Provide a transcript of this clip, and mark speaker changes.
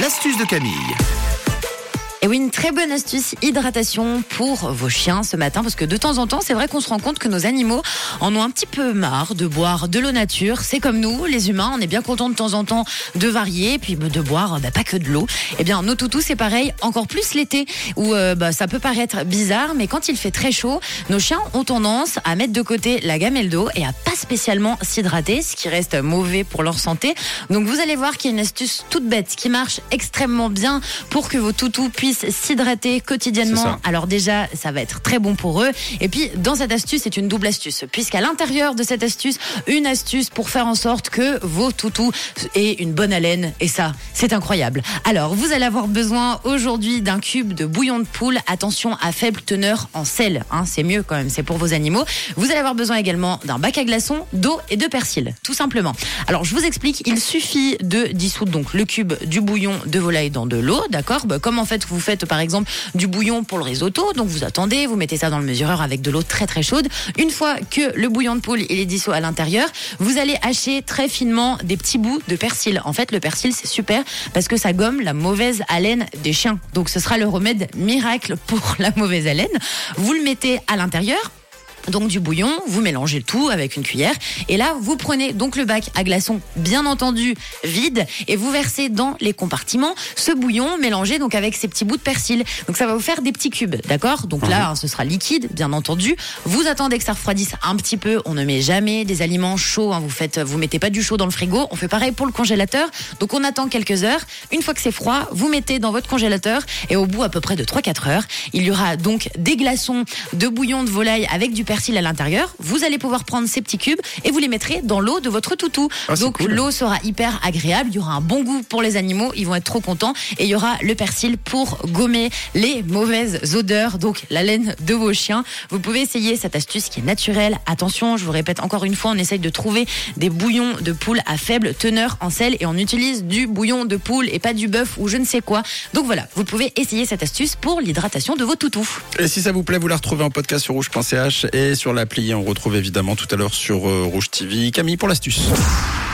Speaker 1: l'astuce de Camille.
Speaker 2: Et oui, une très bonne astuce hydratation pour vos chiens ce matin, parce que de temps en temps, c'est vrai qu'on se rend compte que nos animaux en ont un petit peu marre de boire de l'eau nature. C'est comme nous, les humains, on est bien contents de temps en temps de varier, puis de boire pas que de l'eau. Eh bien, nos toutous, c'est pareil, encore plus l'été, où ça peut paraître bizarre, mais quand il fait très chaud, nos chiens ont tendance à mettre de côté la gamelle d'eau et à pas spécialement s'hydrater, ce qui reste mauvais pour leur santé. Donc vous allez voir qu'il y a une astuce toute bête qui marche extrêmement bien pour que vos toutous puissent s'hydrater quotidiennement. Alors déjà, ça va être très bon pour eux. Et puis, dans cette astuce, c'est une double astuce, puisqu'à l'intérieur de cette astuce, une astuce pour faire en sorte que vos toutous aient une bonne haleine. Et ça, c'est incroyable. Alors, vous allez avoir besoin aujourd'hui d'un cube de bouillon de poule. Attention à faible teneur en sel. C'est mieux quand même, c'est pour vos animaux. Vous allez avoir besoin également d'un bac à glaçons, d'eau et de persil, tout simplement. Alors, je vous explique, il suffit de dissoudre donc le cube du bouillon de volaille dans de l'eau, d'accord ? Comme en fait, vous faites par exemple du bouillon pour le risotto, donc vous attendez, vous mettez ça dans le mesureur avec de l'eau très très chaude. Une fois que le bouillon de poule il est dissous à l'intérieur, vous allez hacher très finement des petits bouts de persil. En fait, le persil c'est super parce que ça gomme la mauvaise haleine des chiens. Donc ce sera le remède miracle pour la mauvaise haleine. Vous le mettez à l'intérieur. Donc du bouillon, vous mélangez le tout avec une cuillère et là vous prenez donc le bac à glaçons bien entendu vide et vous versez dans les compartiments ce bouillon mélangé donc avec ces petits bouts de persil. Donc ça va vous faire des petits cubes, d'accord ? Donc là ce sera liquide bien entendu. Vous attendez que ça refroidisse un petit peu. On ne met jamais des aliments chauds. Vous mettez pas du chaud dans le frigo. On fait pareil pour le congélateur. Donc on attend quelques heures. Une fois que c'est froid, vous mettez dans votre congélateur et au bout à peu près de 3-4 heures, il y aura donc des glaçons de bouillon de volaille avec du persil à l'intérieur. Vous allez pouvoir prendre ces petits cubes et vous les mettrez dans l'eau de votre toutou. Donc cool. L'eau sera hyper agréable, il y aura un bon goût pour les animaux, ils vont être trop contents et il y aura le persil pour gommer les mauvaises odeurs, donc la laine de vos chiens. Vous pouvez essayer cette astuce qui est naturelle. Attention, je vous répète encore une fois, on essaye de trouver des bouillons de poule à faible teneur en sel et on utilise du bouillon de poule et pas du bœuf ou je ne sais quoi. Donc voilà, vous pouvez essayer cette astuce pour l'hydratation de vos toutous.
Speaker 3: Et si ça vous plaît, vous la retrouvez en podcast sur rouge.ch et sur l'appli. On retrouve évidemment tout à l'heure sur Rouge TV. Camille pour l'astuce.